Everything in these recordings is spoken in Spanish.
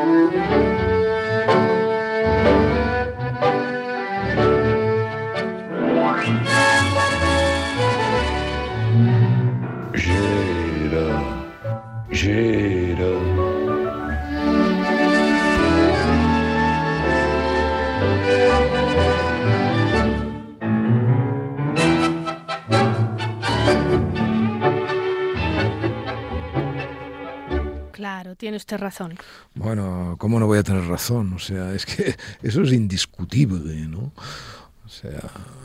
Claro, tiene usted razón. Bueno, ¿cómo no voy a tener razón? O sea, es que eso es indiscutible, ¿no? O sea,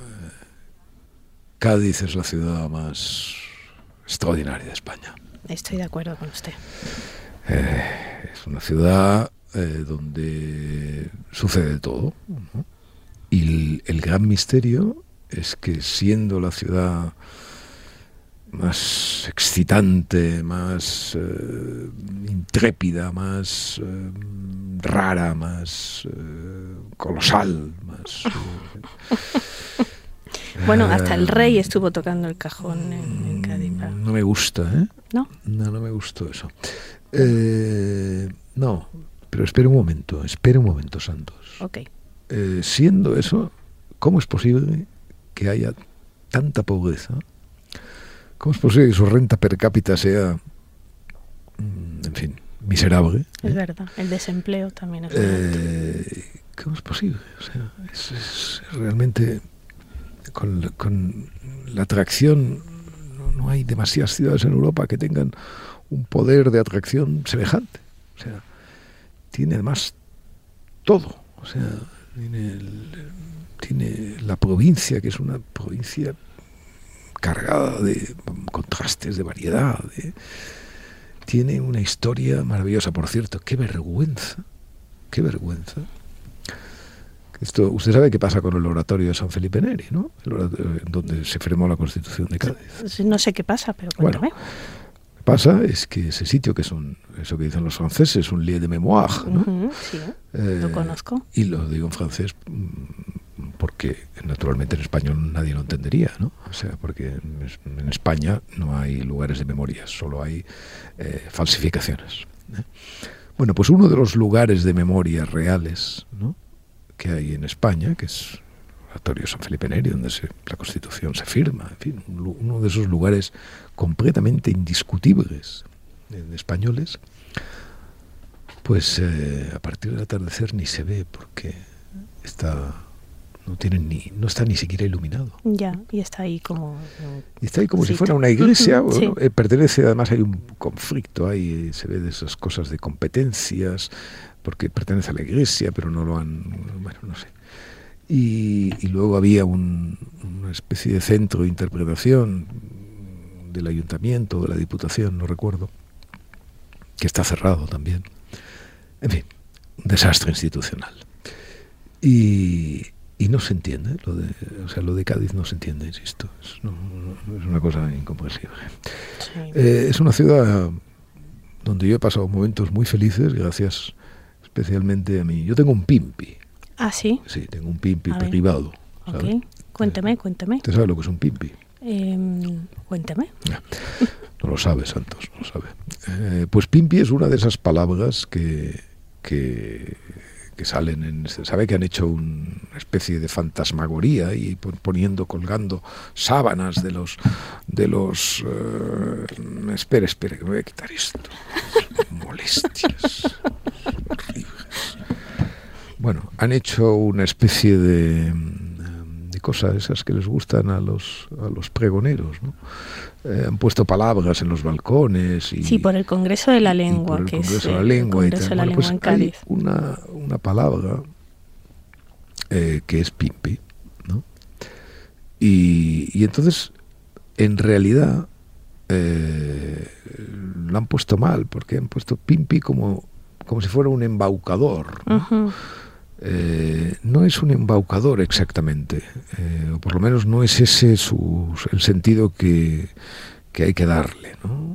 Cádiz es la ciudad más extraordinaria de España. Estoy de acuerdo con usted. Es una ciudad donde sucede todo, ¿no? Y el gran misterio es que siendo la ciudad más excitante, más intrépida, más rara, más colosal, más... Bueno, hasta el rey estuvo tocando el cajón en Cádiz. No me gusta, ¿eh? ¿No? No me gustó eso. No, pero espera un momento, Santos. Ok. Siendo eso, ¿cómo es posible que haya tanta pobreza? ¿Cómo es posible que su renta per cápita sea, en fin, miserable? Es verdad, el desempleo también es verdad. ¿Cómo es posible? O sea, es realmente... Con la atracción, no hay demasiadas ciudades en Europa que tengan un poder de atracción semejante. O sea, tiene además todo. O sea, tiene la provincia, que es una provincia cargada de contrastes, de variedad. Tiene una historia maravillosa. Por cierto, qué vergüenza. Esto, usted sabe qué pasa con el oratorio de San Felipe Neri, ¿no? Donde se firmó la Constitución de Cádiz. No sé qué pasa, pero cuéntame. Bueno, lo que pasa es que ese sitio, que es eso que dicen los franceses, un lieu de mémoire, ¿no? Sí, lo conozco. Y lo digo en francés porque naturalmente en español nadie lo entendería, ¿no? O sea, porque en España no hay lugares de memoria, solo hay falsificaciones, ¿eh? Bueno, pues uno de los lugares de memoria reales, ¿no?, que hay en España, que es el oratorio San Felipe Neri, donde la Constitución se firma, en fin, uno de esos lugares completamente indiscutibles de españoles, pues a partir del atardecer ni se ve porque no está ni siquiera iluminado. Ya, y está ahí como... Y está ahí como si fuera una iglesia. Sí. Pertenece, además hay un conflicto ahí, se ve de esas cosas de competencias, porque pertenece a la iglesia, pero no lo han... Bueno, no sé. Y luego había una especie de centro de interpretación del ayuntamiento, de la diputación, no recuerdo, que está cerrado también. En fin, un desastre institucional. Y no se entiende, lo de Cádiz no se entiende, insisto. Es una cosa incomprensible. Sí. Es una ciudad donde yo he pasado momentos muy felices, gracias especialmente a mí. Yo tengo un pimpi. ¿Ah, sí? Sí, tengo un pimpi privado. ¿Sabes? Ok, cuéntame. ¿Usted sabe lo que es un pimpi? Cuéntame. No lo sabe, Santos, no lo sabe. Pues pimpi es una de esas palabras que salen sabe que han hecho una especie de fantasmagoría y colgando sábanas de los espere, que me voy a quitar esto. Molestias horribles. Bueno, han hecho una especie de cosas esas que les gustan a los pregoneros, ¿no? Han puesto palabras en los balcones y, sí, por el Congreso de la Lengua, el que Congreso es de la Lengua, el Congreso de la Lengua en Cádiz. Hay una palabra que es pimpi, ¿no? Y entonces, en realidad, lo han puesto mal, porque han puesto pimpi como si fuera un embaucador, ¿no? Uh-huh. No es un embaucador exactamente, o por lo menos no es ese el sentido que hay que darle, ¿no?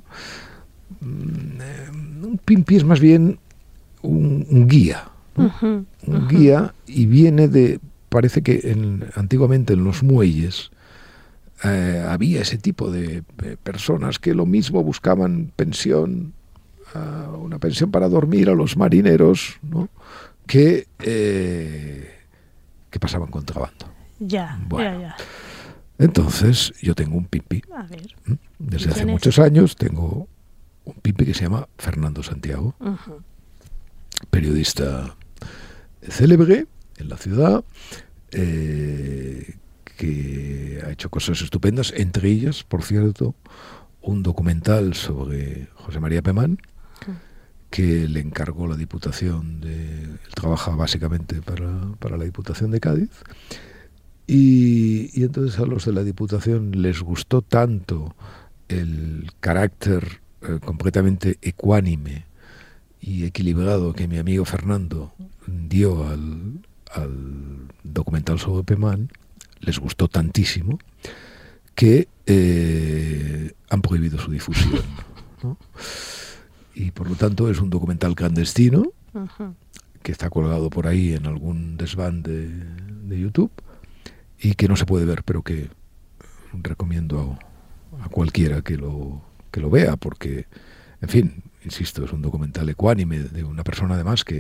Un pimpi es más bien un guía, ¿no? Uh-huh. Un guía, y viene parece que antiguamente en los muelles había ese tipo de personas que lo mismo buscaban pensión una pensión para dormir a los marineros, ¿no? que pasaban contrabando. Bueno, ya. Entonces yo tengo un pimpi. A ver. Desde hace muchos años tengo un pimpi que se llama Fernando Santiago, periodista célebre en la ciudad, que ha hecho cosas estupendas, entre ellas, por cierto, un documental sobre José María Pemán, que le encargó la Diputación él trabaja básicamente para la Diputación de Cádiz, y entonces a los de la Diputación les gustó tanto el carácter completamente ecuánime y equilibrado que mi amigo Fernando dio al documental sobre Pemán, les gustó tantísimo que han prohibido su difusión, ¿no? Y por lo tanto es un documental clandestino que está colgado por ahí en algún desván de YouTube y que no se puede ver, pero que recomiendo a cualquiera que lo vea, porque, en fin, insisto, es un documental ecuánime de una persona además que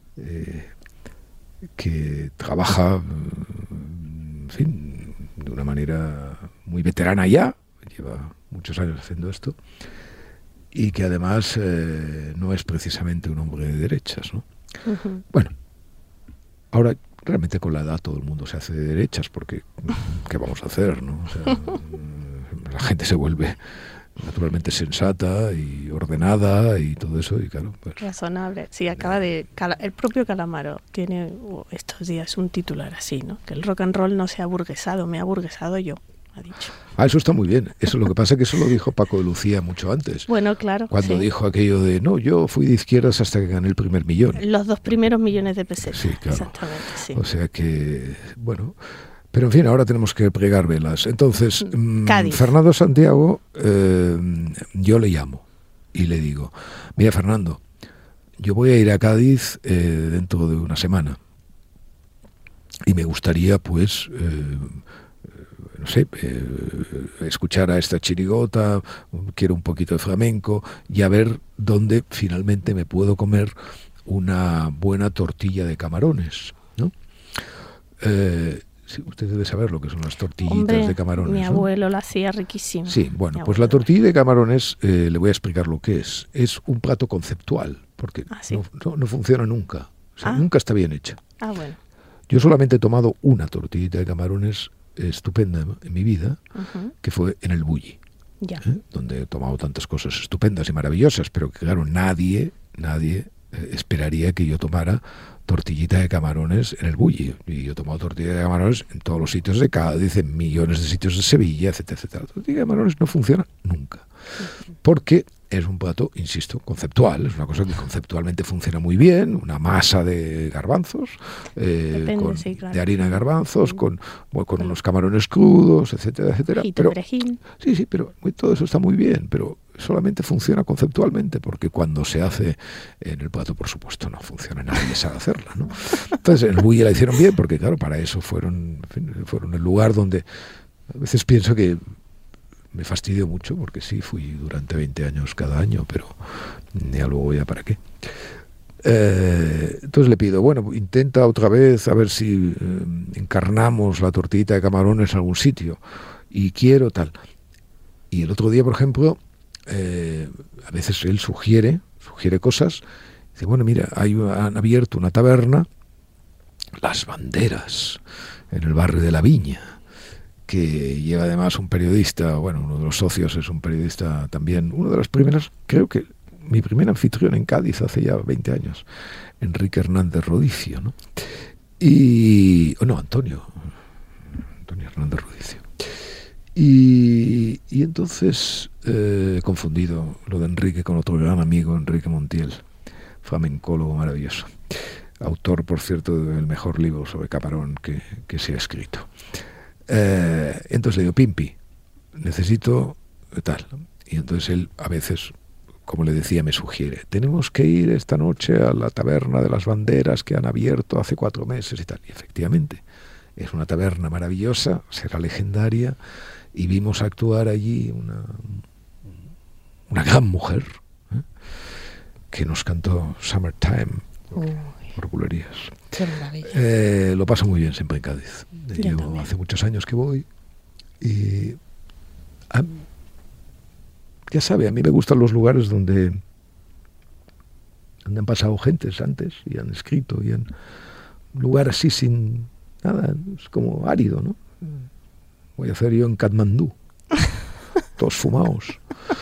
trabaja, en fin, de una manera muy veterana ya, lleva muchos años haciendo esto, y que además no es precisamente un hombre de derechas, ¿no? Bueno, ahora realmente con la edad todo el mundo se hace de derechas, porque ¿qué vamos a hacer, no? O sea, la gente se vuelve naturalmente sensata y ordenada y todo eso, y claro, pues, razonable. Sí, el propio Calamaro tiene estos días un titular así, ¿no? Que el rock and roll no se ha aburguesado, me ha aburguesado yo, ha dicho. Eso está muy bien. Eso lo que pasa es que eso lo dijo Paco de Lucía mucho antes. Bueno, claro. Cuando dijo aquello de, no, yo fui de izquierdas hasta que gané el primer millón. Los 2 primeros millones de pesetas. Sí, claro. Exactamente, sí. O sea que, bueno, pero en fin, ahora tenemos que pregar velas. Entonces, Fernando Santiago, yo le llamo y le digo, mira, Fernando, yo voy a ir a Cádiz dentro de una semana y me gustaría, pues, no sé, escuchar a esta chirigota, quiero un poquito de flamenco y a ver dónde finalmente me puedo comer una buena tortilla de camarones, ¿no? Sí, usted debe saber lo que son las tortillitas de camarones. Mi ¿no? abuelo la hacía riquísima. Sí, bueno, pues la tortilla de camarones, le voy a explicar lo que es. Es un plato conceptual, porque ¿sí? no funciona nunca. O sea, nunca está bien hecha. Bueno. Yo solamente he tomado una tortillita de camarones estupenda en mi vida, que fue en el Bulli, donde he tomado tantas cosas estupendas y maravillosas, pero que claro, nadie esperaría que yo tomara tortillita de camarones en el Bulli. Y yo he tomado tortilla de camarones en todos los sitios de Cádiz, en millones de sitios de Sevilla, etcétera, etcétera. La tortilla de camarones no funciona nunca, porque es un plato, insisto, conceptual. Es una cosa que conceptualmente funciona muy bien, una masa de garbanzos, de harina de garbanzos, con unos camarones crudos, etcétera, etcétera. Perejil. Sí, pero todo eso está muy bien, pero solamente funciona conceptualmente, porque cuando se hace en el plato, por supuesto, no funciona, nadie sabe hacerla, ¿no? Entonces, en el Bulli la hicieron bien, porque claro, para eso fueron el lugar donde a veces pienso que me fastidio mucho, porque sí, fui durante 20 años cada año, pero ya luego ya para qué. Entonces le pido, bueno, intenta otra vez a ver si encarnamos la tortillita de camarones en algún sitio, y quiero tal. Y el otro día, por ejemplo, a veces él sugiere cosas. Dice, bueno, mira, han abierto una taberna, Las Banderas, en el barrio de La Viña, que lleva además un periodista, bueno, uno de los socios es un periodista también, uno de las primeras, creo que mi primer anfitrión en Cádiz hace ya 20 años, Enrique Hernández Rodicio, ¿no? Antonio Hernández Rodicio. Y entonces he confundido lo de Enrique con otro gran amigo, Enrique Montiel, flamencólogo maravilloso, autor, por cierto, del mejor libro sobre camarón que se ha escrito. Entonces le digo, Pimpi, necesito tal. Y entonces él a veces, como le decía, me sugiere, tenemos que ir esta noche a la taberna de Las Banderas que han abierto hace 4 meses y tal. Y efectivamente, es una taberna maravillosa, será legendaria, y vimos actuar allí una gran mujer, que nos cantó Summertime, Uy, por bulerías. qué maravilla. Lo paso muy bien siempre en Cádiz. Yo Yo también. hace muchos años que voy y ya sabe, a mí me gustan los lugares donde han pasado gentes antes y han escrito y han un lugar así sin nada, es como árido, ¿no? Voy a hacer yo en Katmandú, todos fumados.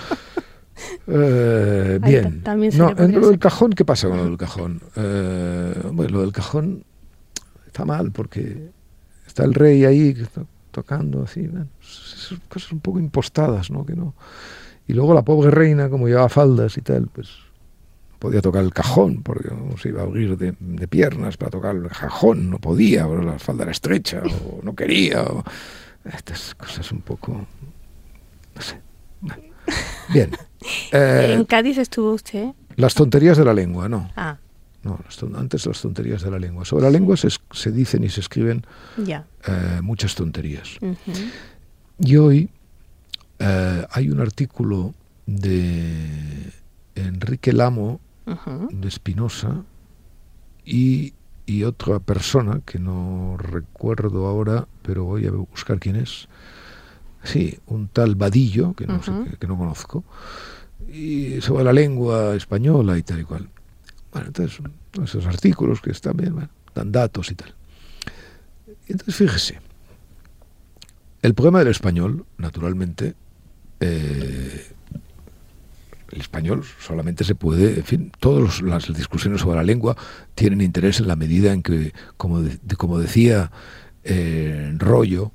Bien. También se No, le podría en lo del sacar. cajón, ¿qué pasa con lo del cajón? Bueno, lo del cajón está mal porque está el rey ahí tocando así, bueno, esas cosas un poco impostadas, ¿no? Que no. Y luego la pobre reina, como llevaba faldas y tal, pues podía tocar el cajón, porque no se iba a abrir de piernas para tocar el cajón, no podía, o la falda era estrecha, o no quería, o estas cosas un poco, no sé. Bien. En Cádiz estuvo usted. Las tonterías de la lengua, no. Ah, No, antes las tonterías de la lengua. Sobre la lengua se dicen y se escriben ya. muchas tonterías. Ujú. Y hoy hay un artículo de Enrique Lamo, Ujú. de Espinosa, y otra persona que no recuerdo ahora, pero voy a buscar quién es. Sí, un tal Vadillo, que no sé, que no conozco, y sobre la lengua española y tal y cual. Bueno, entonces, esos artículos que están bien, bueno, dan datos y tal. Entonces, fíjese, el problema del español, naturalmente, el español solamente se puede, en fin, todas las discusiones sobre la lengua tienen interés en la medida en que, como decía Rollo,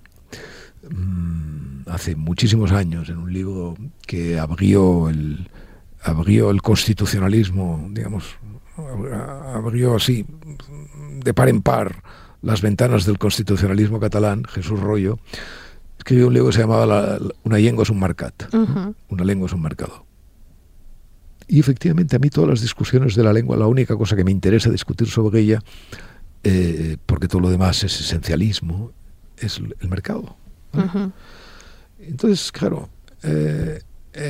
hace muchísimos años, en un libro que abrió el constitucionalismo, digamos, abrió así, de par en par, las ventanas del constitucionalismo catalán, Jesús Rollo, escribió un libro que se llamaba Una llengua es un mercat, Ujú. Una lengua es un mercado. Y efectivamente a mí todas las discusiones de la lengua, la única cosa que me interesa discutir sobre ella, porque todo lo demás es esencialismo, es el mercado. ¿Vale? Ujú. Entonces, claro, el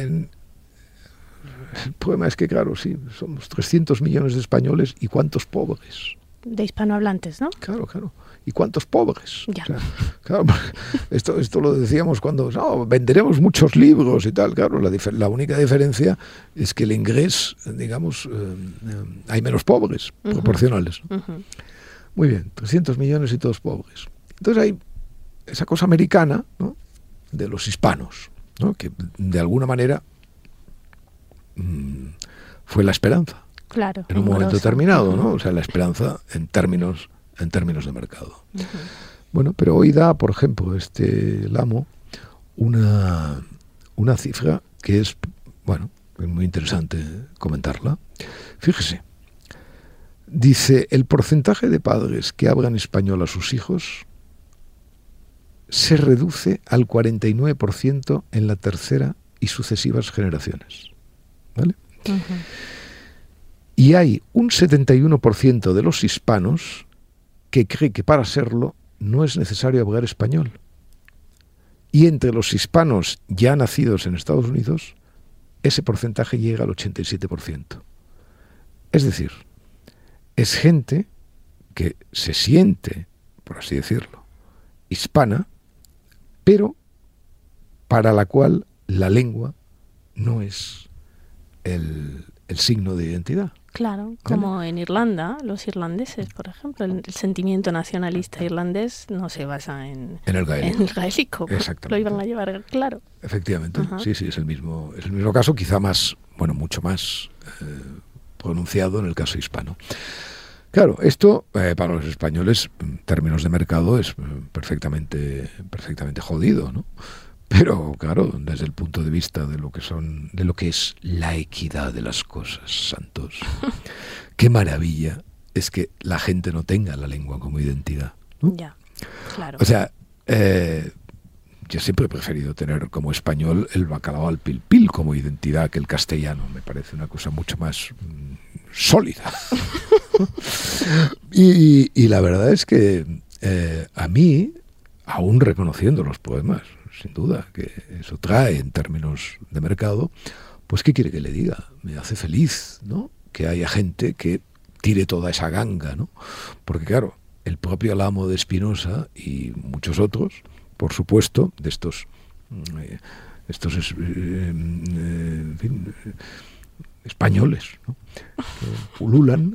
problema es que, claro, sí, somos 300 millones de españoles y ¿cuántos pobres? De hispanohablantes, ¿no? Claro, claro. ¿Y cuántos pobres? Ya. O sea, claro, esto lo decíamos cuando no, venderemos muchos libros y tal. Claro, la única diferencia es que el inglés, digamos, hay menos pobres proporcionales, ¿no? Ujú. Muy bien, 300 millones y todos pobres. Entonces hay esa cosa americana, ¿no?, de los hispanos, ¿no?, que de alguna manera fue la esperanza Claro. en un momento engorroso. determinado, Ujú. ¿no? O sea, la esperanza en términos de mercado. Ujú. Bueno, pero hoy da, por ejemplo, este Lamo una cifra que es, bueno, es muy interesante comentarla. Fíjese, dice, el porcentaje de padres que hablan español a sus hijos se reduce al 49% en la tercera y sucesivas generaciones. ¿Vale? Ujú. Y hay un 71% de los hispanos que cree que para serlo no es necesario hablar español. Y entre los hispanos ya nacidos en Estados Unidos, ese porcentaje llega al 87%. Es decir, es gente que se siente, por así decirlo, hispana, pero para la cual la lengua no es el signo de identidad. Claro, como en Irlanda, los irlandeses, por ejemplo, el sentimiento nacionalista irlandés no se basa en el gaélico. En el gaélico. Exactamente. Lo iban a llevar claro. Efectivamente, Ajá. sí, es el mismo caso, quizá más, bueno, mucho más pronunciado en el caso hispano. Claro, esto para los españoles, en términos de mercado, es perfectamente jodido, ¿no? Pero claro, desde el punto de vista de lo que es la equidad de las cosas, santos, qué maravilla es que la gente no tenga la lengua como identidad, ¿no? Ya, claro. O sea, yo siempre he preferido tener como español el bacalao al pil pil como identidad que el castellano. Me parece una cosa mucho más sólida. y la verdad es que a mí, aún reconociendo los poemas, sin duda, que eso trae en términos de mercado, pues ¿qué quiere que le diga? Me hace feliz, ¿no?, que haya gente que tire toda esa ganga, ¿no? Porque claro, el propio Alamo de Spinoza y muchos otros, por supuesto, de estos en fin, españoles, ¿no?, que pululan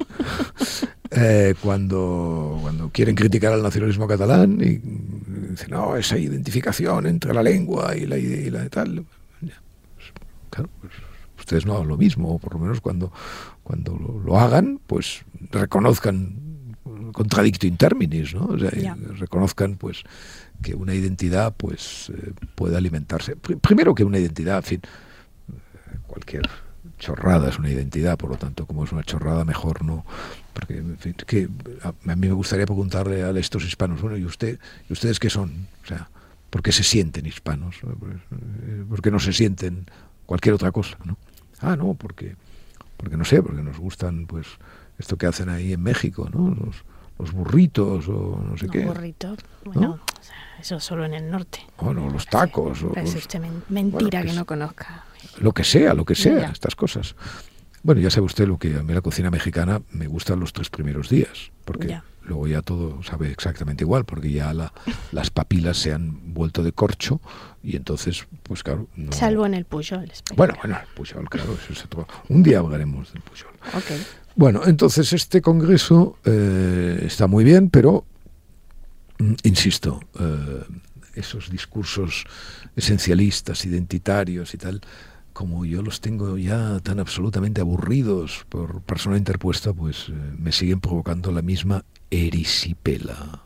cuando quieren criticar al nacionalismo catalán y dicen, no, esa identificación entre la lengua y la de tal. Pues, claro, pues, ustedes no hagan lo mismo, o por lo menos cuando lo hagan, pues reconozcan contradicto in terminis, ¿no? O sea, reconozcan pues que una identidad pues puede alimentarse. Primero que una identidad, en fin, cualquier chorrada es una identidad, por lo tanto, como es una chorrada, mejor no. Porque, en fin, que a mí me gustaría preguntarle a estos hispanos, bueno, ¿y ustedes qué son? O sea, ¿por qué se sienten hispanos? ¿Por qué no se sienten cualquier otra cosa, no? Ah, no, porque no sé, porque nos gustan, pues, esto que hacen ahí en México, ¿no? Los burritos o no sé qué. Burritos, bueno, ¿no? O sea, eso solo en el norte. Bueno, los tacos. Parece usted mentira, bueno, que no conozca. Lo que sea, estas cosas. Bueno, ya sabe usted lo que a mí la cocina mexicana me gustan los 3 primeros días, porque luego ya todo sabe exactamente igual, porque ya las papilas se han vuelto de corcho y entonces, pues claro... No... Salvo en el Pujol. Bueno, el Pujol, claro, eso es otro... Un día hablaremos del Pujol. Okay. Bueno, entonces este congreso está muy bien, pero, insisto, esos discursos esencialistas, identitarios y tal, como yo los tengo ya tan absolutamente aburridos por persona interpuesta, pues me siguen provocando la misma erisipela.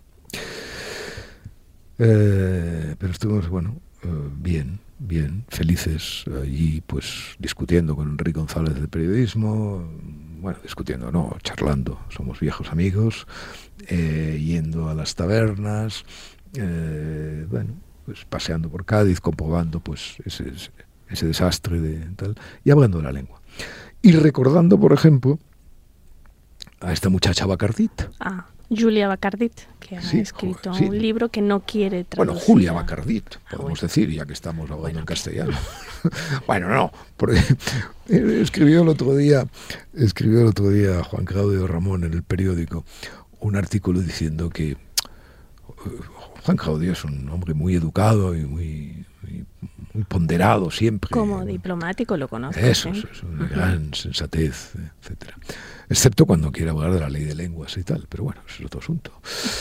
Pero estuvimos, bueno, bien, felices allí, pues discutiendo con Enrique González de periodismo, bueno, discutiendo, no, charlando, somos viejos amigos, yendo a las tabernas, bueno, pues paseando por Cádiz, comprobando pues ese desastre de tal, y hablando la lengua. Y recordando, por ejemplo, a esta muchacha Bacardit. Julia Bacardit, que ha escrito un libro que no quiere traducir. Bueno, Julia Bacardit, podemos decir, ya que estamos hablando en castellano. Bueno, no, porque escribió el otro día Juan Claudio Ramón en el periódico un artículo diciendo que Juan Claudio es un hombre muy educado y muy ponderado siempre. Como diplomático lo conozco. Eso, es una gran sensatez, etcétera. Excepto cuando quiere hablar de la ley de lenguas y tal, pero bueno, eso es otro asunto.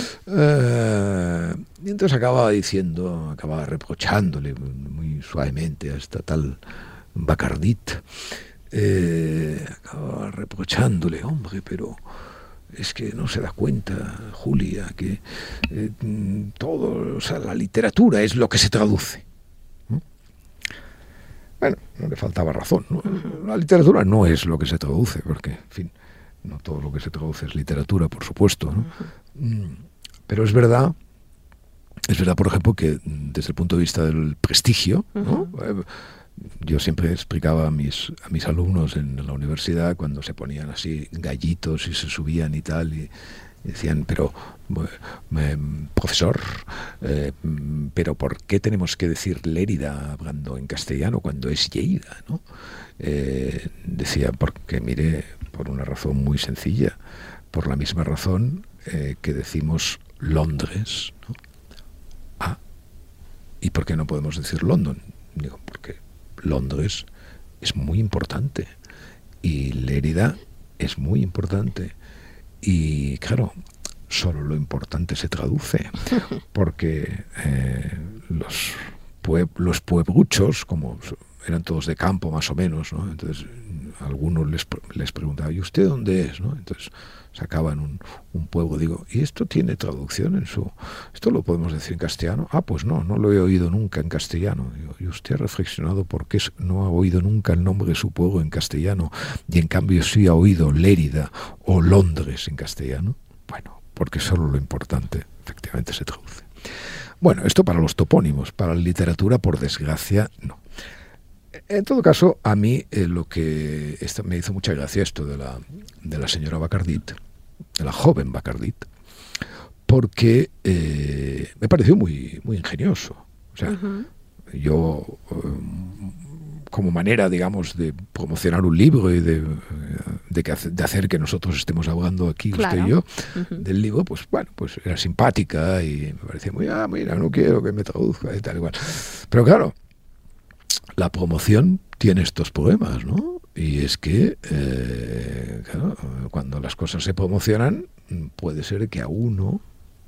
Y entonces acababa reprochándole muy suavemente a esta tal Bacardit. Acababa reprochándole, hombre, pero es que no se da cuenta, Julia, que todo, o sea, la literatura es lo que se traduce. Bueno, no le faltaba razón, ¿no? La literatura no es lo que se traduce, porque, en fin, no todo lo que se traduce es literatura, por supuesto, ¿no? Pero es verdad, por ejemplo, que desde el punto de vista del prestigio, ¿no? Yo siempre explicaba a mis alumnos en la universidad cuando se ponían así gallitos y se subían y tal, y decían, pero profesor, pero ¿por qué tenemos que decir Lérida hablando en castellano cuando es Lleida, ¿no? Decía, porque mire, por una razón muy sencilla, por la misma razón que decimos Londres, ¿no? ¿Y por qué no podemos decir London? Digo, porque Londres es muy importante y Lérida es muy importante. Y claro, solo lo importante se traduce, porque los puebluchos, como eran todos de campo más o menos, ¿no? Entonces algunos les preguntaba, ¿y usted dónde es? ¿No? Entonces sacaban un pueblo, digo, ¿y esto tiene traducción esto lo podemos decir en castellano? Pues no lo he oído nunca en castellano. Digo, ¿y usted ha reflexionado por qué no ha oído nunca el nombre de su pueblo en castellano y en cambio sí ha oído Lérida o Londres en castellano? Bueno, porque solo lo importante efectivamente se traduce. Bueno, esto para los topónimos, para la literatura, por desgracia, no. En todo caso, a mí me hizo mucha gracia esto de la señora Bacardit, de la joven Bacardit, porque me pareció muy, muy ingenioso. O sea, yo como manera, digamos, de promocionar un libro y de hacer que nosotros estemos hablando aquí, Claro. usted y yo, Ujú. del libro, pues bueno, pues era simpática y me parecía muy, mira, no quiero que me traduzca y tal igual. Pero claro, la promoción tiene estos problemas, ¿no? Y es que, claro, cuando las cosas se promocionan, puede ser que a uno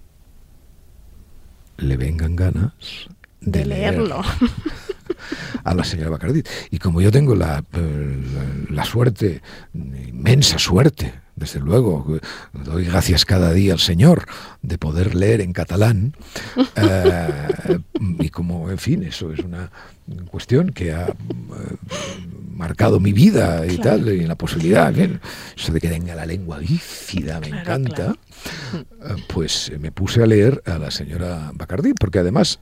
le vengan ganas De leerlo. a la señora Bacardí. Y como yo tengo la suerte, inmensa suerte, desde luego, doy gracias cada día al Señor de poder leer en catalán, y como, en fin, eso es una cuestión que ha marcado mi vida y Claro. tal, y la posibilidad, en fin, eso de que tenga la lengua bífida, me Claro, encanta. claro. Pues me puse a leer a la señora Bacardí, porque además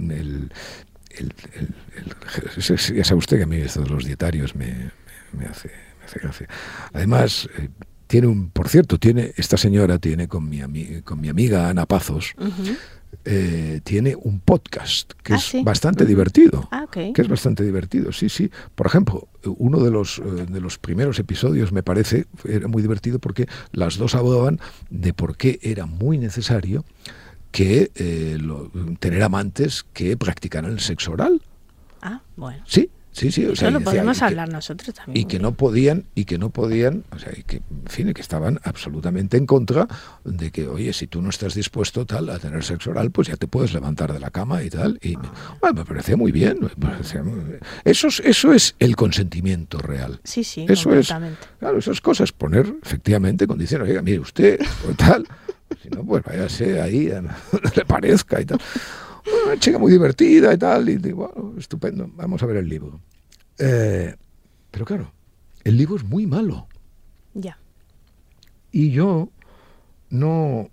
ya sabe usted que a mí todos los dietarios me hace gracia. Además, esta señora tiene con mi amiga Ana Pazos, Ujú. tiene un podcast que es Sí. bastante Ujú. divertido. Ok. Que es bastante divertido, sí, sí. Por ejemplo, uno de los primeros episodios, me parece, era muy divertido porque las dos hablaban de por qué era muy necesario que tener amantes que practicaran el sexo oral. Bueno. Sí, sí, sí. O sea, Eso lo y decía, podemos hablar nosotros también. y que no podían, o sea, y que, en fin, que estaban absolutamente en contra de que, oye, si tú no estás dispuesto tal a tener sexo oral, pues ya te puedes levantar de la cama y tal. Y me parecía muy bien. Eso es el consentimiento real. Sí, sí, Eso completamente. claro, esas cosas, poner efectivamente condiciones, oiga, mire usted, o tal, si no, pues váyase ahí, no le parezca y tal. Una chica muy divertida y tal, y digo, bueno, estupendo, vamos a ver el libro. Pero claro, el libro es muy malo. Ya. Y yo no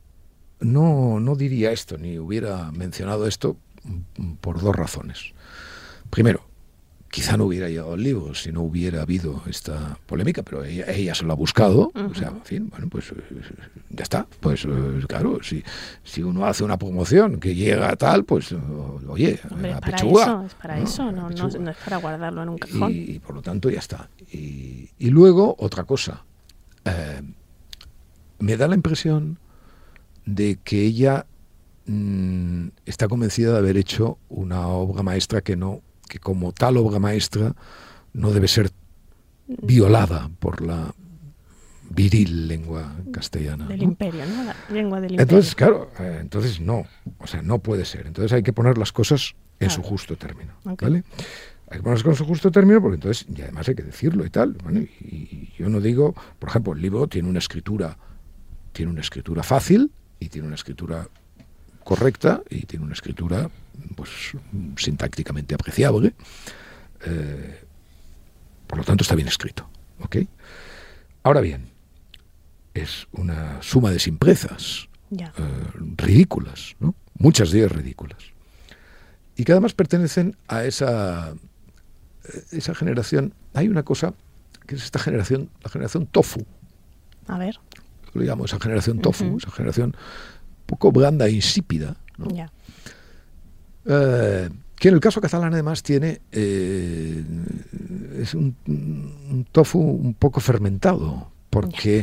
diría esto, ni hubiera mencionado esto por dos razones. Primero, quizá no hubiera llegado al libro si no hubiera habido esta polémica, pero ella se lo ha buscado, o sea, en fin, bueno, pues ya está. Pues claro, si uno hace una promoción que llega a tal, pues oye, Hombre, a es para pechuga. eso, es para ¿no? eso, A no pechuga. es para guardarlo en un cajón. Y por lo tanto ya está. Y luego, otra cosa, me da la impresión de que ella está convencida de haber hecho una obra maestra que como tal obra maestra no debe ser violada por la viril lengua castellana. Del ¿no? imperio, ¿no? La lengua del imperio. Entonces, claro, entonces no, o sea, no puede ser. Entonces hay que poner las cosas en su justo término, ¿vale? Hay que ponerlas con su justo término porque entonces, y además hay que decirlo y tal. Bueno, y yo no digo, por ejemplo, el libro tiene una escritura fácil y tiene una escritura correcta y tiene una escritura pues sintácticamente apreciable, por lo tanto está bien escrito, ¿ok? Ahora bien, es una suma de simplezas ridículas, ¿no? Muchas de ellas ridículas, y que además pertenecen a esa generación. Hay una cosa que es esta generación, la generación tofu. A ver. Lo llamo esa generación tofu, esa generación poco blanda e insípida, ¿no? Ya. Que en el caso catalán además tiene es un tofu un poco fermentado, porque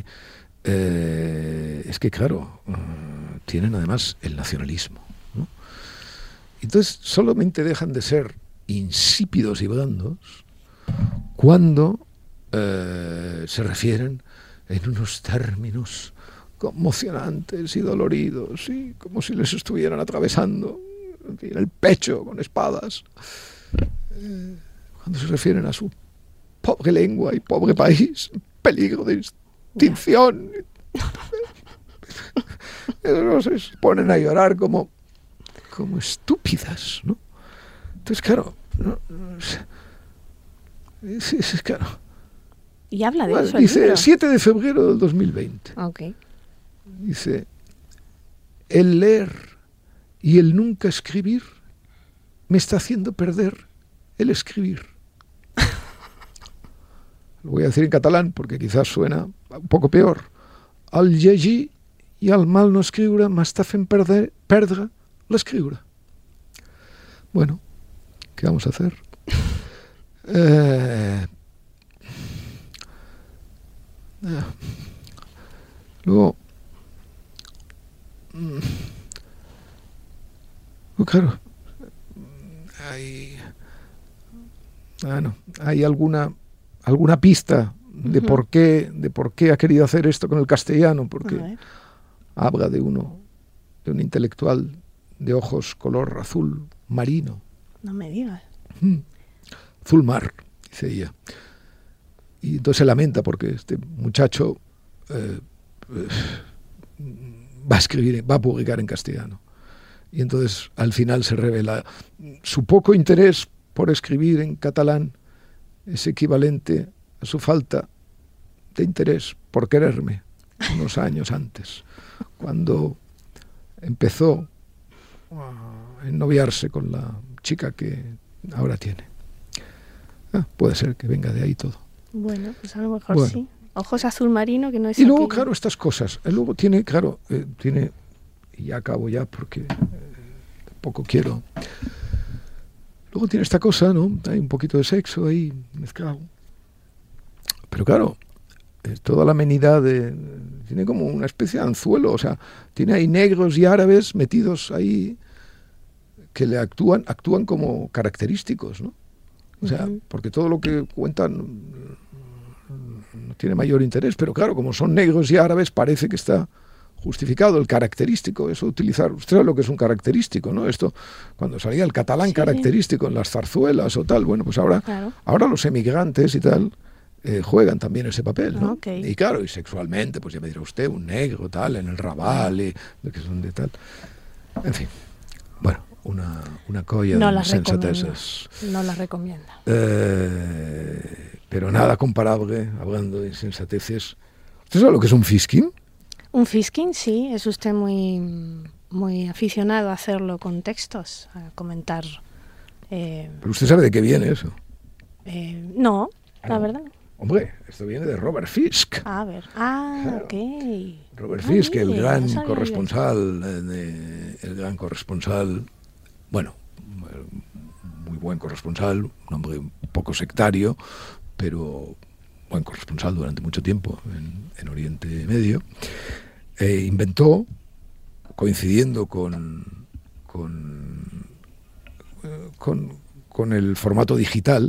es que claro, tienen además el nacionalismo, ¿no? Entonces solamente dejan de ser insípidos y blandos cuando se refieren en unos términos conmocionantes y doloridos, y como si les estuvieran atravesando, en fin, el pecho con espadas, cuando se refieren a su pobre lengua y pobre país en peligro de extinción. Se ponen a llorar como estúpidas, ¿no? Entonces, claro, es claro. Y habla de eso. Dice 7 de febrero del 2020. Ok. Dice: el leer y el nunca escribir me está haciendo perder el escribir. Lo voy a decir en catalán porque quizás suena un poco peor. El llegir i el mal no escriure m'està fent perdre l'escriure. Bueno, ¿qué vamos a hacer? Eh, luego, claro, hay alguna pista de por qué ha querido hacer esto con el castellano, porque habla de un intelectual de ojos color azul marino. No me digas. Azul mar, dice ella. Y entonces se lamenta porque este muchacho va a publicar en castellano. Y entonces al final se revela su poco interés por escribir en catalán es equivalente a su falta de interés por quererme unos años antes, cuando empezó a ennoviarse con la chica que ahora tiene. Puede ser que venga de ahí todo. Bueno, pues a lo mejor sí. Ojos azul marino, que no es y luego, aquello. claro, estas cosas. Luego tiene, y ya acabo ya porque poco quiero. Luego tiene esta cosa, ¿no? Hay un poquito de sexo ahí mezclado. Pero claro, toda la amenidad tiene como una especie de anzuelo, o sea, tiene ahí negros y árabes metidos ahí que le actúan como característicos, ¿no? O sea, porque todo lo que cuentan no tiene mayor interés, pero claro, como son negros y árabes, parece que está justificado el característico, eso utilizar. Usted sabe lo que es un característico, ¿no? Esto, cuando salía el catalán característico en las zarzuelas o tal, bueno, pues ahora los emigrantes y tal juegan también ese papel, ¿no? Y claro, y sexualmente, pues ya me dirá usted, un negro, tal, en el Raval, que son de tal. En fin, bueno, una colla de insensateces. No las recomienda. Pero nada comparable, hablando de insensateces. ¿Usted sabe lo que es un fisking? Un fisking, sí, es usted muy aficionado a hacerlo con textos, a comentar. ¿Pero usted sabe de qué viene eso? No, la verdad. Hombre, esto viene de Robert Fisk. A ver, claro. Ok. Robert Fisk, el gran corresponsal, bueno, muy buen corresponsal, un hombre un poco sectario, pero buen corresponsal durante mucho tiempo en Oriente Medio. Inventó, coincidiendo con el formato digital,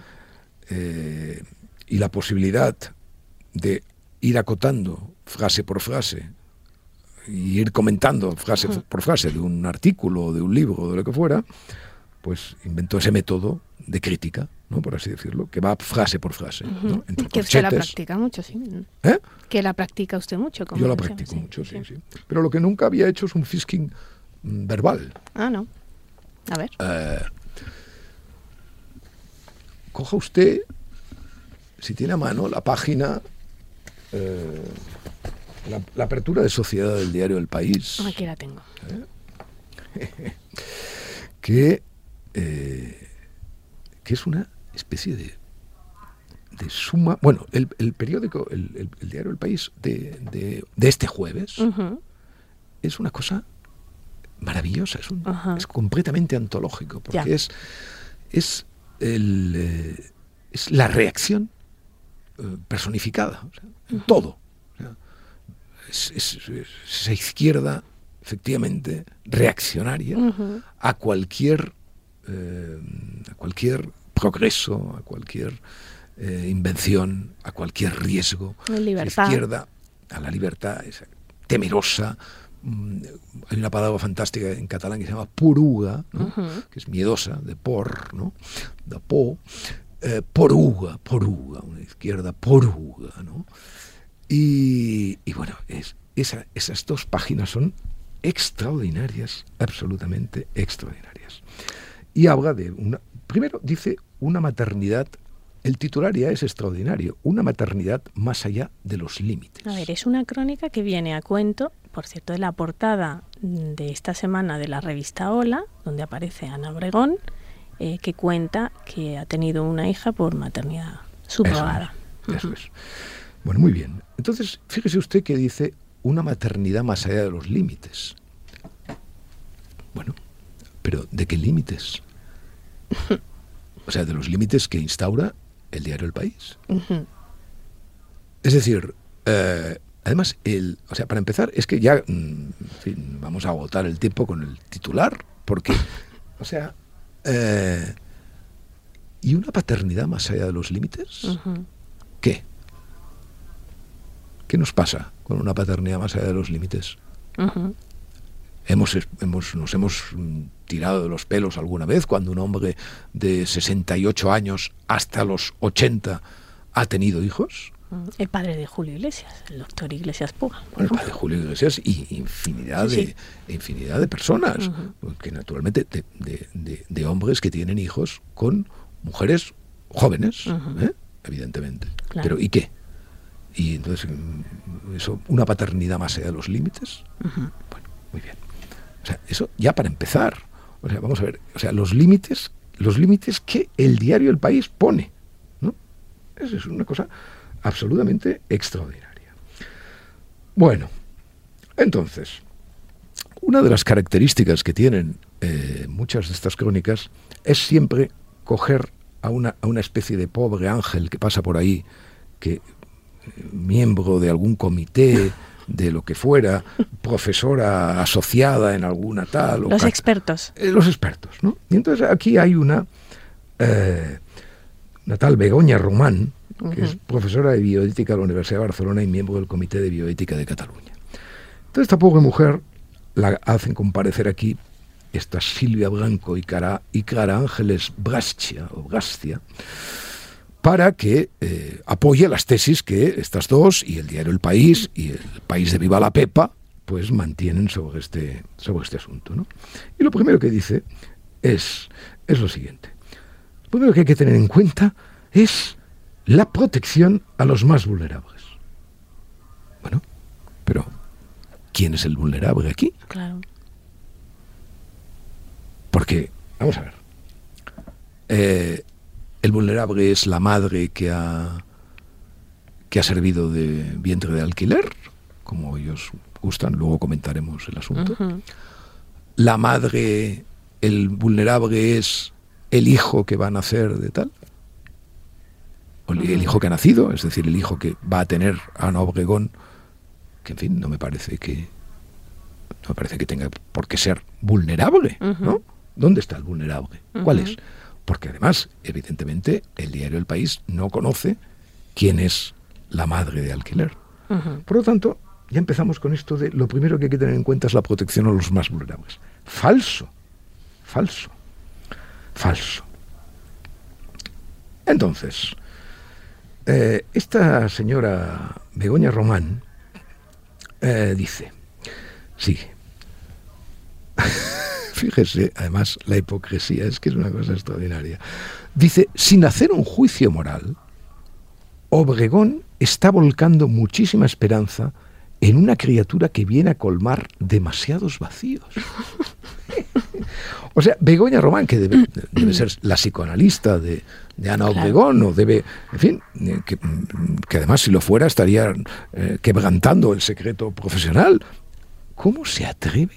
y la posibilidad de ir acotando frase por frase y ir comentando frase por frase de un artículo, de un libro, de lo que fuera, pues inventó ese método de crítica, ¿no? Por así decirlo, que va frase por frase, ¿no? Entre que usted la practica mucho, sí. Que la practica usted mucho. Como yo la practico mucho, sí. Pero lo que nunca había hecho es un fisking verbal. No. A ver. Coja usted, si tiene a mano, la página, la apertura de sociedad del diario El País. Aquí la tengo. Que es una especie de suma. Bueno, el periódico, el diario El País de este jueves es una cosa maravillosa, es completamente antológico, porque es la reacción personificada, o sea, todo. O sea, es esa izquierda efectivamente reaccionaria a cualquier progreso, a cualquier invención, a cualquier riesgo. Libertad. Esa izquierda a la libertad, esa temerosa. Hay una palabra fantástica en catalán que se llama poruga, ¿no? Que es miedosa, de por, ¿no? De por. Poruga, una izquierda poruga, ¿no? Y bueno, esas dos páginas son extraordinarias, absolutamente extraordinarias. Y habla de primero dice una maternidad, el titular ya es extraordinario, una maternidad más allá de los límites. A ver, es una crónica que viene a cuento, por cierto, de la portada de esta semana de la revista Hola, donde aparece Ana Obregón, que cuenta que ha tenido una hija por maternidad subrogada. Eso es. Bueno, muy bien. Entonces, fíjese usted que dice una maternidad más allá de los límites. Bueno, pero ¿de qué límites? o sea, de los límites que instaura el diario El País. Ujú. Es decir, además, o sea, para empezar, es que ya, en fin, vamos a agotar el tiempo con el titular, porque, o sea, ¿y una paternidad más allá de los límites? Ujú. ¿Qué? ¿Qué nos pasa con una paternidad más allá de los límites? Ujú. Nos hemos tirado de los pelos alguna vez cuando un hombre de 68 años hasta los 80 ha tenido hijos. El padre de Julio Iglesias, el doctor Iglesias Puga. Bueno, el padre de Julio Iglesias y infinidad, Sí, sí. infinidad de personas, Ujú. que naturalmente de hombres que tienen hijos con mujeres jóvenes, Ujú. evidentemente. Claro. Pero ¿y qué? Y entonces, eso, una paternidad más allá de los límites. Ujú. Bueno, muy bien. O sea, eso ya para empezar. O sea, vamos a ver, o sea, los límites que el diario El País pone, ¿no? Eso es una cosa absolutamente extraordinaria. Bueno, entonces, una de las características que tienen muchas de estas crónicas es siempre coger a una especie de pobre ángel que pasa por ahí, que miembro de algún comité, de lo que fuera, profesora asociada en alguna tal... Los expertos. Los expertos, ¿no? Y entonces aquí hay una tal Begoña Román, que es profesora de bioética de la Universidad de Barcelona y miembro del Comité de Bioética de Cataluña. Entonces esta pobre mujer la hacen comparecer aquí esta Silvia Blanco y Clara Ángeles Brascia, para que apoye las tesis que estas dos y el diario El País y el País de Viva la Pepa pues mantienen sobre este asunto, ¿no? Y lo primero que dice es lo siguiente. Lo primero que hay que tener en cuenta es la protección a los más vulnerables. Bueno, pero ¿quién es el vulnerable aquí? Claro. Porque, vamos a ver, el vulnerable es la madre que ha servido de vientre de alquiler, como ellos gustan, luego comentaremos el asunto. Uh-huh. La madre, el vulnerable es el hijo que va a nacer de tal, o el hijo que ha nacido, es decir, el hijo que va a tener Ana Obregón, que en fin, no me parece que tenga por qué ser vulnerable, ¿no? ¿Dónde está el vulnerable? ¿Cuál es? Porque además, evidentemente, el diario El País no conoce quién es la madre de alquiler. Por lo tanto, ya empezamos con esto de lo primero que hay que tener en cuenta es la protección a los más vulnerables. Falso. Entonces, esta señora Begoña Román dice, sigue. Fíjese, además, la hipocresía es que es una cosa extraordinaria. Dice, sin hacer un juicio moral, Obregón está volcando muchísima esperanza en una criatura que viene a colmar demasiados vacíos. O sea, Begoña Román, que debe ser la psicoanalista de Ana Obregón, o debe, en fin, que además si lo fuera estaría quebrantando el secreto profesional. ¿Cómo se atreve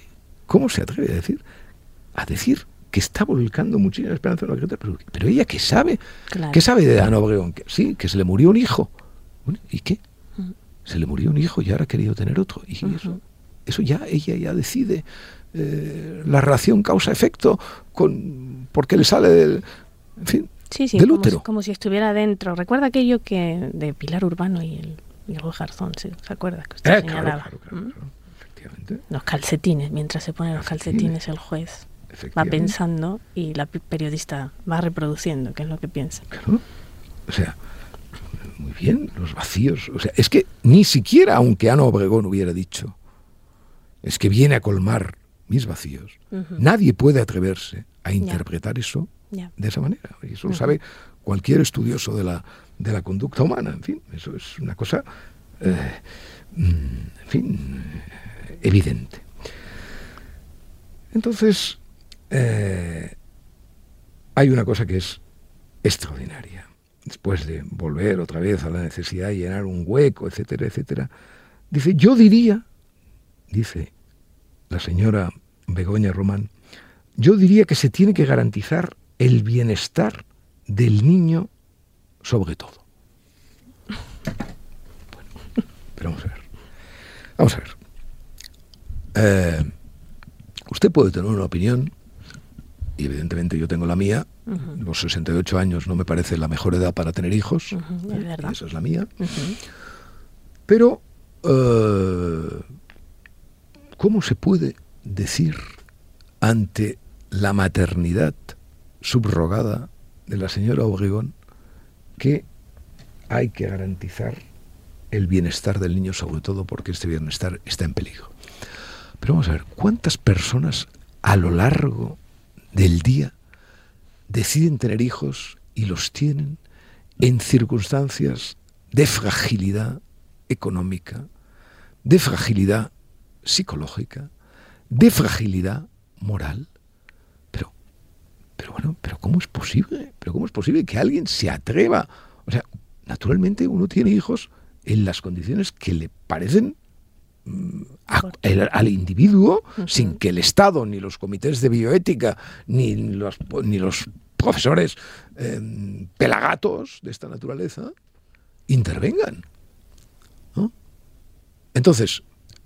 a decir que está volcando muchísima esperanza en una criatura? Pero ella, ¿qué sabe? Claro. ¿Qué sabe de Ana Obregón? Sí, que se le murió un hijo. Bueno, ¿y qué? Se le murió un hijo y ahora ha querido tener otro. Y eso ya, ella ya decide la relación causa-efecto porque le sale del, en fin, del útero. Como si estuviera dentro. ¿Recuerda aquello que de Pilar Urbano y el Garzón? ¿Se acuerda? Que usted señalaba. Claro, efectivamente. Los calcetines, mientras se ponen los calcetines, el juez va pensando y la periodista va reproduciendo qué es lo que piensa. Claro. O sea, muy bien, los vacíos. O sea, es que ni siquiera, aunque Ana Obregón hubiera dicho, es que viene a colmar mis vacíos, nadie puede atreverse a interpretar eso de esa manera. Y eso lo sabe cualquier estudioso de la conducta humana. En fin, eso es una cosa, en fin, evidente. Entonces, hay una cosa que es extraordinaria. Después de volver otra vez a la necesidad de llenar un hueco, etcétera, etcétera, dice la señora Begoña Román, yo diría que se tiene que garantizar el bienestar del niño sobre todo. Bueno, pero vamos a ver. Vamos a ver. Usted puede tener una opinión, y evidentemente yo tengo la mía. Uh-huh. Los 68 años no me parece la mejor edad para tener hijos. Uh-huh, es verdad. Esa es la mía. Uh-huh. Pero, ¿cómo se puede decir ante la maternidad subrogada de la señora Obregón que hay que garantizar el bienestar del niño, sobre todo porque este bienestar está en peligro? Pero vamos a ver, ¿cuántas personas a lo largo del día deciden tener hijos y los tienen en circunstancias de fragilidad económica, de fragilidad psicológica, de fragilidad moral? Pero ¿cómo es posible? ¿Pero cómo es posible que alguien se atreva? O sea, naturalmente uno tiene hijos en las condiciones que le parecen al individuo, uh-huh, sin que el Estado, ni los comités de bioética, ni los profesores pelagatos de esta naturaleza intervengan, ¿no? Entonces,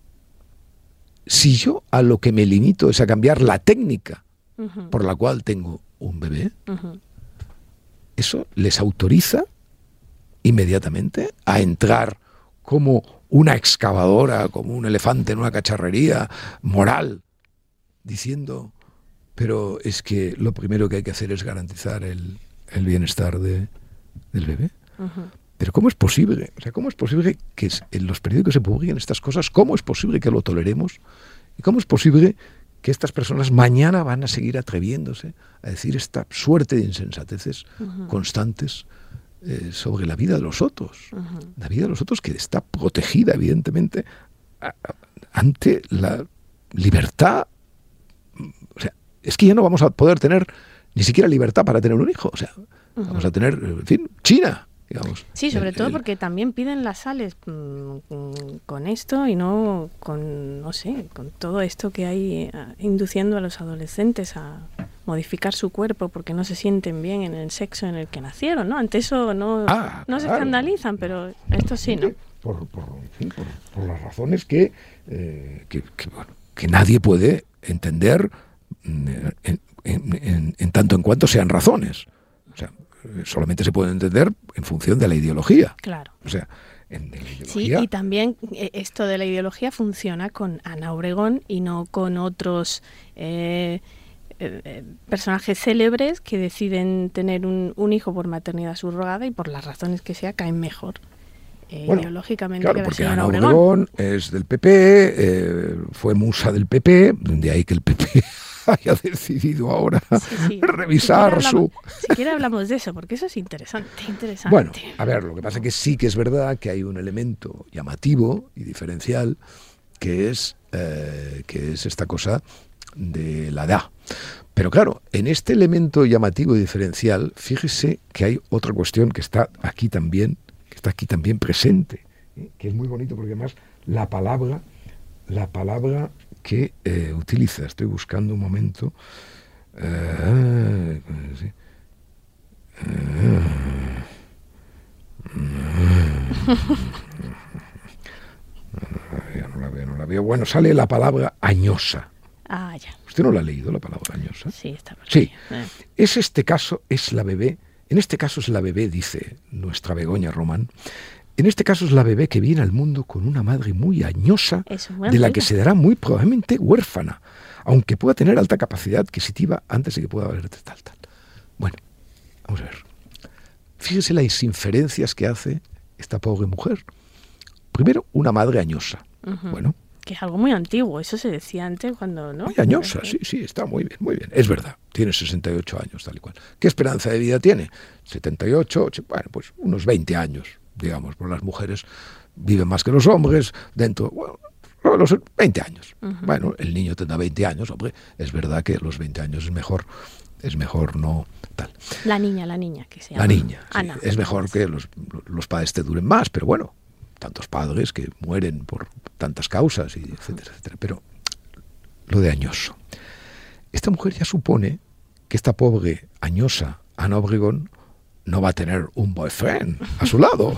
si yo a lo que me limito es a cambiar la técnica, uh-huh, por la cual tengo un bebé, uh-huh, eso les autoriza inmediatamente a entrar como una excavadora, como un elefante en una cacharrería moral, diciendo, pero es que lo primero que hay que hacer es garantizar el bienestar del bebé. Uh-huh. Pero ¿cómo es posible? O sea, ¿cómo es posible que en los periódicos se publiquen estas cosas? ¿Cómo es posible que lo toleremos? ¿Y cómo es posible que estas personas mañana van a seguir atreviéndose a decir esta suerte de insensateces, uh-huh, constantes sobre la vida de los otros? Uh-huh. La vida de los otros que está protegida, evidentemente, ante la libertad. O sea, es que ya no vamos a poder tener ni siquiera libertad para tener un hijo. O sea, uh-huh, vamos a tener, en fin, China, digamos. Sí, sobre todo porque también piden las sales con esto y no con, no sé, con todo esto que hay induciendo a los adolescentes a modificar su cuerpo porque no se sienten bien en el sexo en el que nacieron, ¿no? Ante eso no se escandalizan, pero esto sí, ¿no? Por las razones que nadie puede entender en tanto en cuanto sean razones. O sea, solamente se puede entender en función de la ideología. Claro. O sea, en la ideología... Sí, y también esto de la ideología funciona con Ana Obregón y no con otros personajes célebres que deciden tener un hijo por maternidad subrogada y por las razones que sea caen mejor ideológicamente, claro, que la porque señora Ana Obregón es del PP, fue musa del PP, de ahí que el PP haya decidido ahora revisar si siquiera hablamos de eso, porque eso es interesante. Bueno, a ver, lo que pasa es que sí que es verdad que hay un elemento llamativo y diferencial que es esta cosa de la edad. Pero claro, en este elemento llamativo y diferencial, fíjese que hay otra cuestión que está aquí también presente, que es muy bonito porque además la palabra que utiliza, estoy buscando un momento, no la veo. Bueno, sale la palabra añosa. Ah, ya. ¿Usted no la ha leído, la palabra añosa? Sí, está por sí. Es este caso, es la bebé. En este caso es la bebé, dice nuestra Begoña Román. En este caso es la bebé que viene al mundo con una madre muy añosa, de la que se dará muy probablemente huérfana, aunque pueda tener alta capacidad adquisitiva antes de que pueda valer tal. Bueno, vamos a ver. Fíjese las inferencias que hace esta pobre mujer. Primero, una madre añosa. Uh-huh. Bueno. Que es algo muy antiguo, eso se decía antes cuando, ¿no? Muy añosa, sí, está muy bien. Es verdad, tiene 68 años, tal y cual. ¿Qué esperanza de vida tiene? 78, bueno, pues unos 20 años, digamos, porque las mujeres viven más que los hombres, los 20 años. Uh-huh. Bueno, el niño tendrá 20 años, hombre, es verdad que los 20 años es mejor no tal. La niña que se llama. La niña, sí, Ana. Es mejor que los padres te duren más, pero bueno, tantos padres que mueren por tantas causas, y etcétera. Pero lo de añoso. Esta mujer ya supone que esta pobre añosa Ana Obregón no va a tener un boyfriend a su lado.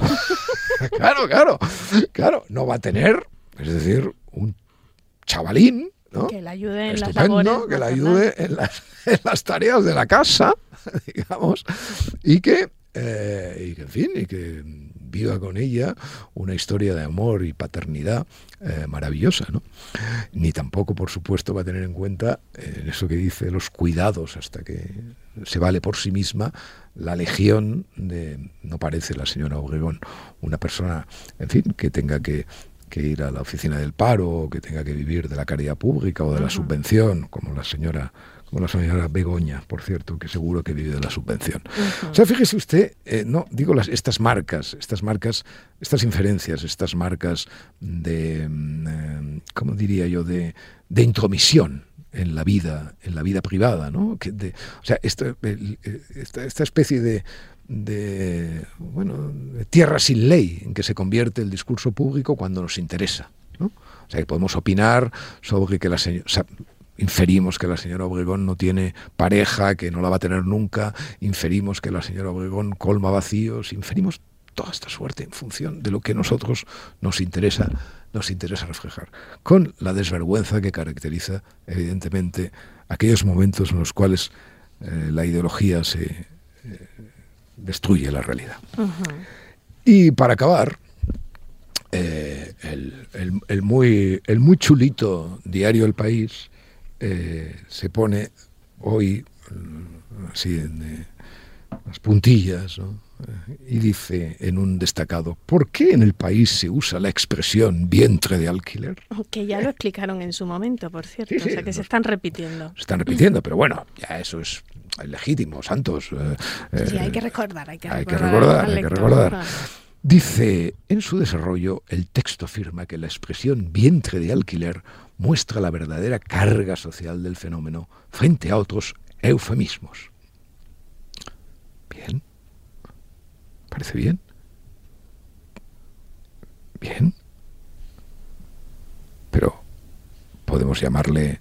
Claro, no va a tener, es decir, un chavalín, ¿no? Que le ayude en estupendo, las labores que le ayude en las tareas de la casa, digamos, y que en fin, y que viva con ella una historia de amor y paternidad maravillosa, ¿no? Ni tampoco, por supuesto, va a tener en cuenta en eso que dice los cuidados hasta que se vale por sí misma la legión de, no parece la señora Obregón una persona, en fin, que tenga que ir a la oficina del paro, que tenga que vivir de la caridad pública o de la subvención, como la señora Begoña, por cierto, que seguro que vive de la subvención. O sea, fíjese usted, no digo estas marcas, estas inferencias, estas marcas de, ¿cómo diría yo?, de intromisión en la vida privada, ¿no? O sea, esta especie de tierra sin ley en que se convierte el discurso público cuando nos interesa, ¿no? O sea, que podemos opinar sobre que inferimos que la señora Obregón no tiene pareja, que no la va a tener nunca, inferimos que la señora Obregón colma vacíos, inferimos toda esta suerte en función de lo que a nosotros nos interesa reflejar, con la desvergüenza que caracteriza evidentemente aquellos momentos en los cuales la ideología se destruye la realidad. Y para acabar, el muy chulito diario El País se pone hoy así en las puntillas, ¿no? Y dice en un destacado: ¿por qué en el país se usa la expresión vientre de alquiler? Que ya lo explicaron en su momento, por cierto, sí, o sea que se están repitiendo. Se están repitiendo, pero bueno, ya eso es legítimo, Santos. Sí, hay que recordar. Hay que recordar. Dice, en su desarrollo, el texto afirma que la expresión vientre de alquiler muestra la verdadera carga social del fenómeno frente a otros eufemismos. Bien. ¿Parece bien? Bien. Pero podemos llamarle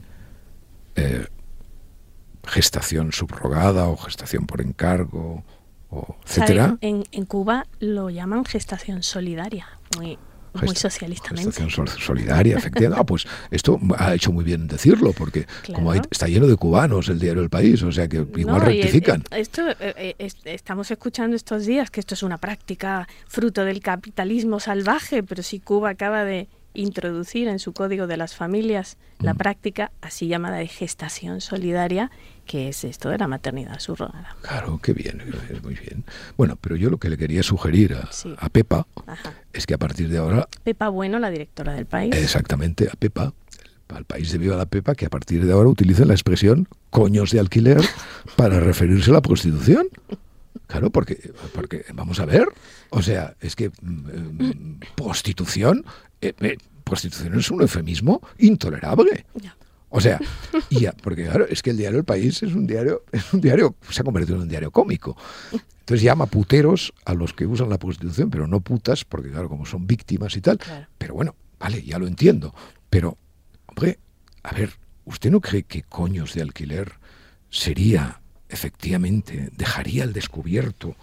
gestación subrogada o gestación por encargo, o etcétera. En Cuba lo llaman gestación solidaria, muy socialistamente. Gestación solidaria, efectivamente. Pues esto ha hecho muy bien en decirlo, porque como está lleno de cubanos el diario El País, o sea que igual rectifican. Estamos escuchando estos días que esto es una práctica fruto del capitalismo salvaje, pero si Cuba acaba de introducir en su Código de las Familias la práctica así llamada de gestación solidaria, que es esto de la maternidad subrogada. Claro, qué bien, muy bien. Bueno, pero yo lo que le quería sugerir a Pepa es que a partir de ahora... Pepa Bueno, la directora del País. Exactamente, a Pepa, al País de Viva la Pepa, que a partir de ahora utilicen la expresión coños de alquiler para referirse a la prostitución. Claro, porque vamos a ver, o sea, es que prostitución es un eufemismo intolerable. Ya. O sea, porque claro, es que el diario El País es un diario, se ha convertido en un diario cómico. Entonces llama puteros a los que usan la prostitución, pero no putas, porque claro, como son víctimas y tal. Claro. Pero bueno, vale, ya lo entiendo. Pero, hombre, a ver, ¿usted no cree que coños de alquiler sería, efectivamente, dejaría al descubierto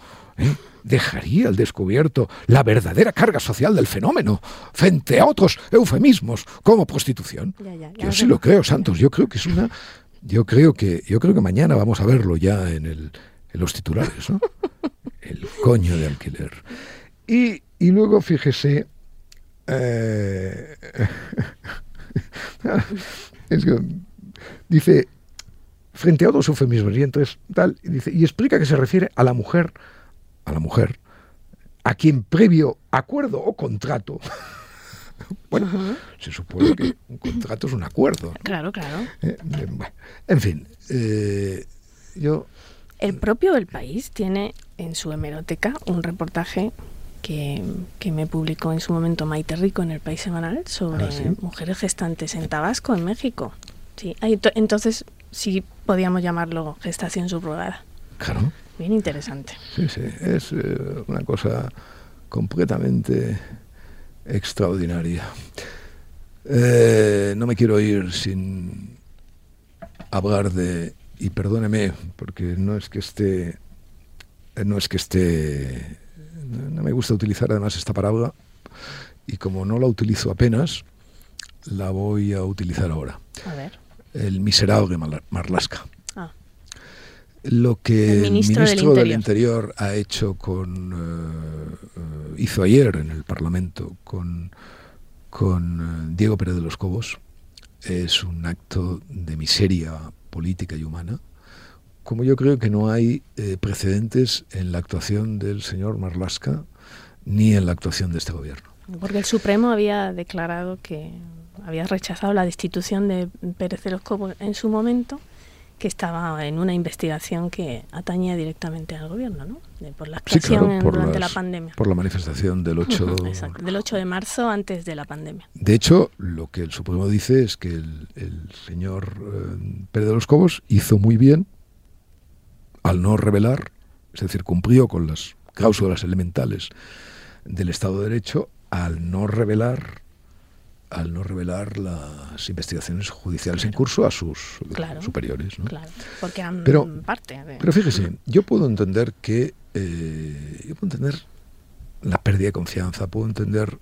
la verdadera carga social del fenómeno frente a otros eufemismos como prostitución? Ya, yo sí lo creo, Santos. Yo creo que mañana vamos a verlo ya en los titulares, ¿no? El coño de alquiler. Y luego, fíjese, es que dice, frente a otros eufemismos, y entonces tal, y explica que se refiere a la mujer a quien previo acuerdo o contrato, bueno, se supone que un contrato es un acuerdo, ¿no? Claro. En fin, El propio El País tiene en su hemeroteca un reportaje que me publicó en su momento Maite Rico en El País Semanal sobre mujeres gestantes en Tabasco, en México. Sí, entonces sí podíamos llamarlo gestación subrogada. Claro. Bien interesante. Sí, es una cosa completamente extraordinaria. No me quiero ir sin hablar y perdóneme, porque no es que esté no es que esté... No me gusta utilizar además esta palabra, y como no la utilizo apenas, la voy a utilizar ahora. A ver. El miserable Marlaska. Ah. Lo que el ministro del Interior ha hecho hizo ayer en el Parlamento con Diego Pérez de los Cobos es un acto de miseria política y humana, como yo creo que no hay precedentes en la actuación del señor Marlaska ni en la actuación de este gobierno. Porque el Supremo había declarado que había rechazado la destitución de Pérez de los Cobos en su momento, que estaba en una investigación que atañía directamente al gobierno, ¿no? Por la actuación durante la pandemia. Por la manifestación del 8... Exacto, del 8 de marzo antes de la pandemia. De hecho, lo que el Supremo dice es que el señor Pérez de los Cobos hizo muy bien al no revelar, es decir, cumplió con las cláusulas elementales del Estado de Derecho al no revelar las investigaciones judiciales en curso a sus superiores, ¿no? Claro, porque eran parte de... Pero fíjese, yo puedo entender que la pérdida de confianza, puedo entender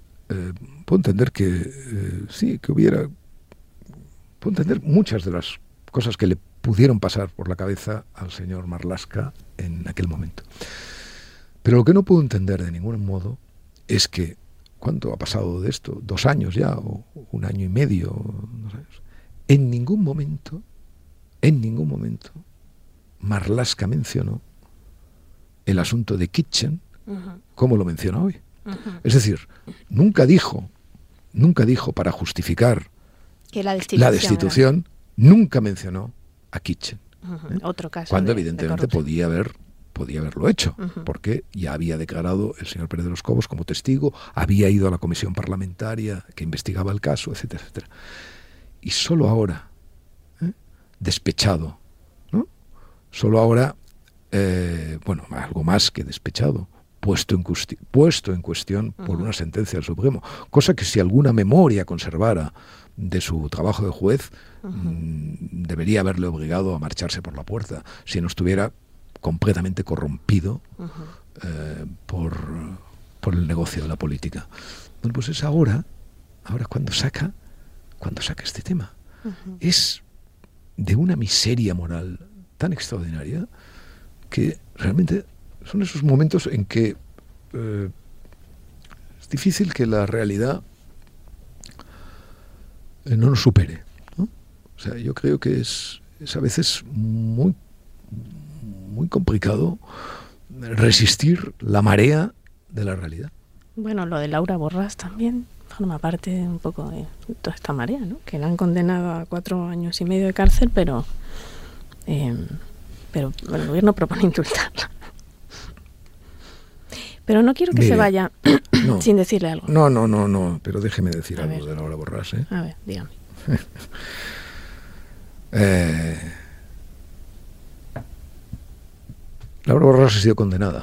que puedo entender muchas de las cosas que le pudieron pasar por la cabeza al señor Marlaska en aquel momento. Pero lo que no puedo entender de ningún modo es que, ¿cuánto ha pasado de esto? 2 años ya, o 1 año y medio, no sé. En ningún momento, Marlaska mencionó el asunto de Kitchen como lo menciona hoy. Es decir, nunca dijo para justificar que la destitución, nunca mencionó a Kitchen. Otro caso cuando evidentemente podía haberlo hecho, porque ya había declarado el señor Pérez de los Cobos como testigo, había ido a la comisión parlamentaria que investigaba el caso, etcétera, etcétera. Y solo ahora, despechado, ¿no? Solo ahora, algo más que despechado, puesto en cuestión por una sentencia del Supremo, cosa que si alguna memoria conservara de su trabajo de juez, debería haberle obligado a marcharse por la puerta, si no estuviera completamente corrompido por el negocio de la política. Bueno, pues es ahora cuando saca este tema. Es de una miseria moral tan extraordinaria que realmente son esos momentos en que es difícil que la realidad no nos supere, ¿no? O sea, yo creo que es a veces muy complicado resistir la marea de la realidad. Bueno, lo de Laura Borràs también forma parte un poco de toda esta marea, ¿no? Que la han condenado a 4 años y medio de cárcel, pero el gobierno propone indultarla. Pero no quiero que se vaya sin decirle algo. No, pero déjeme decir algo de Laura Borràs, ¿eh? A ver, dígame. Laura Borràs ha sido condenada,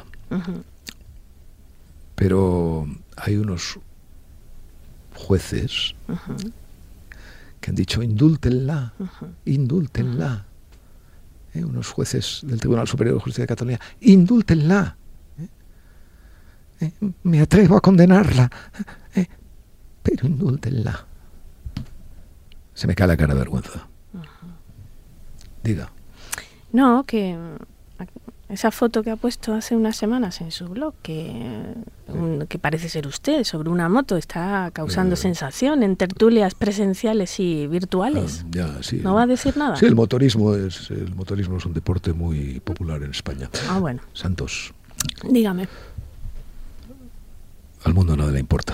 pero hay unos jueces que han dicho indúltenla, indúltenla. Unos jueces del Tribunal Superior de Justicia de Cataluña, indúltenla. Me atrevo a condenarla, pero indúltenla. Se me cae la cara de vergüenza. Diga. No, que esa foto que ha puesto hace unas semanas en su blog, que parece ser usted, sobre una moto, está causando sensación en tertulias presenciales y virtuales. Sí. ¿No va a decir nada? Sí, el motorismo es un deporte muy popular en España. Bueno. Santos. Dígame. Al mundo nada le importa.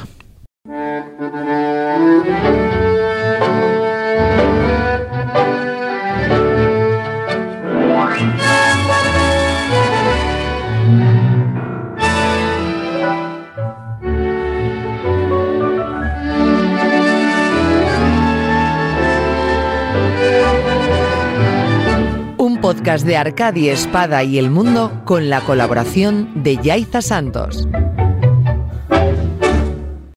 Un podcast de Arcadi Espada y El Mundo con la colaboración de Yaiza Santos.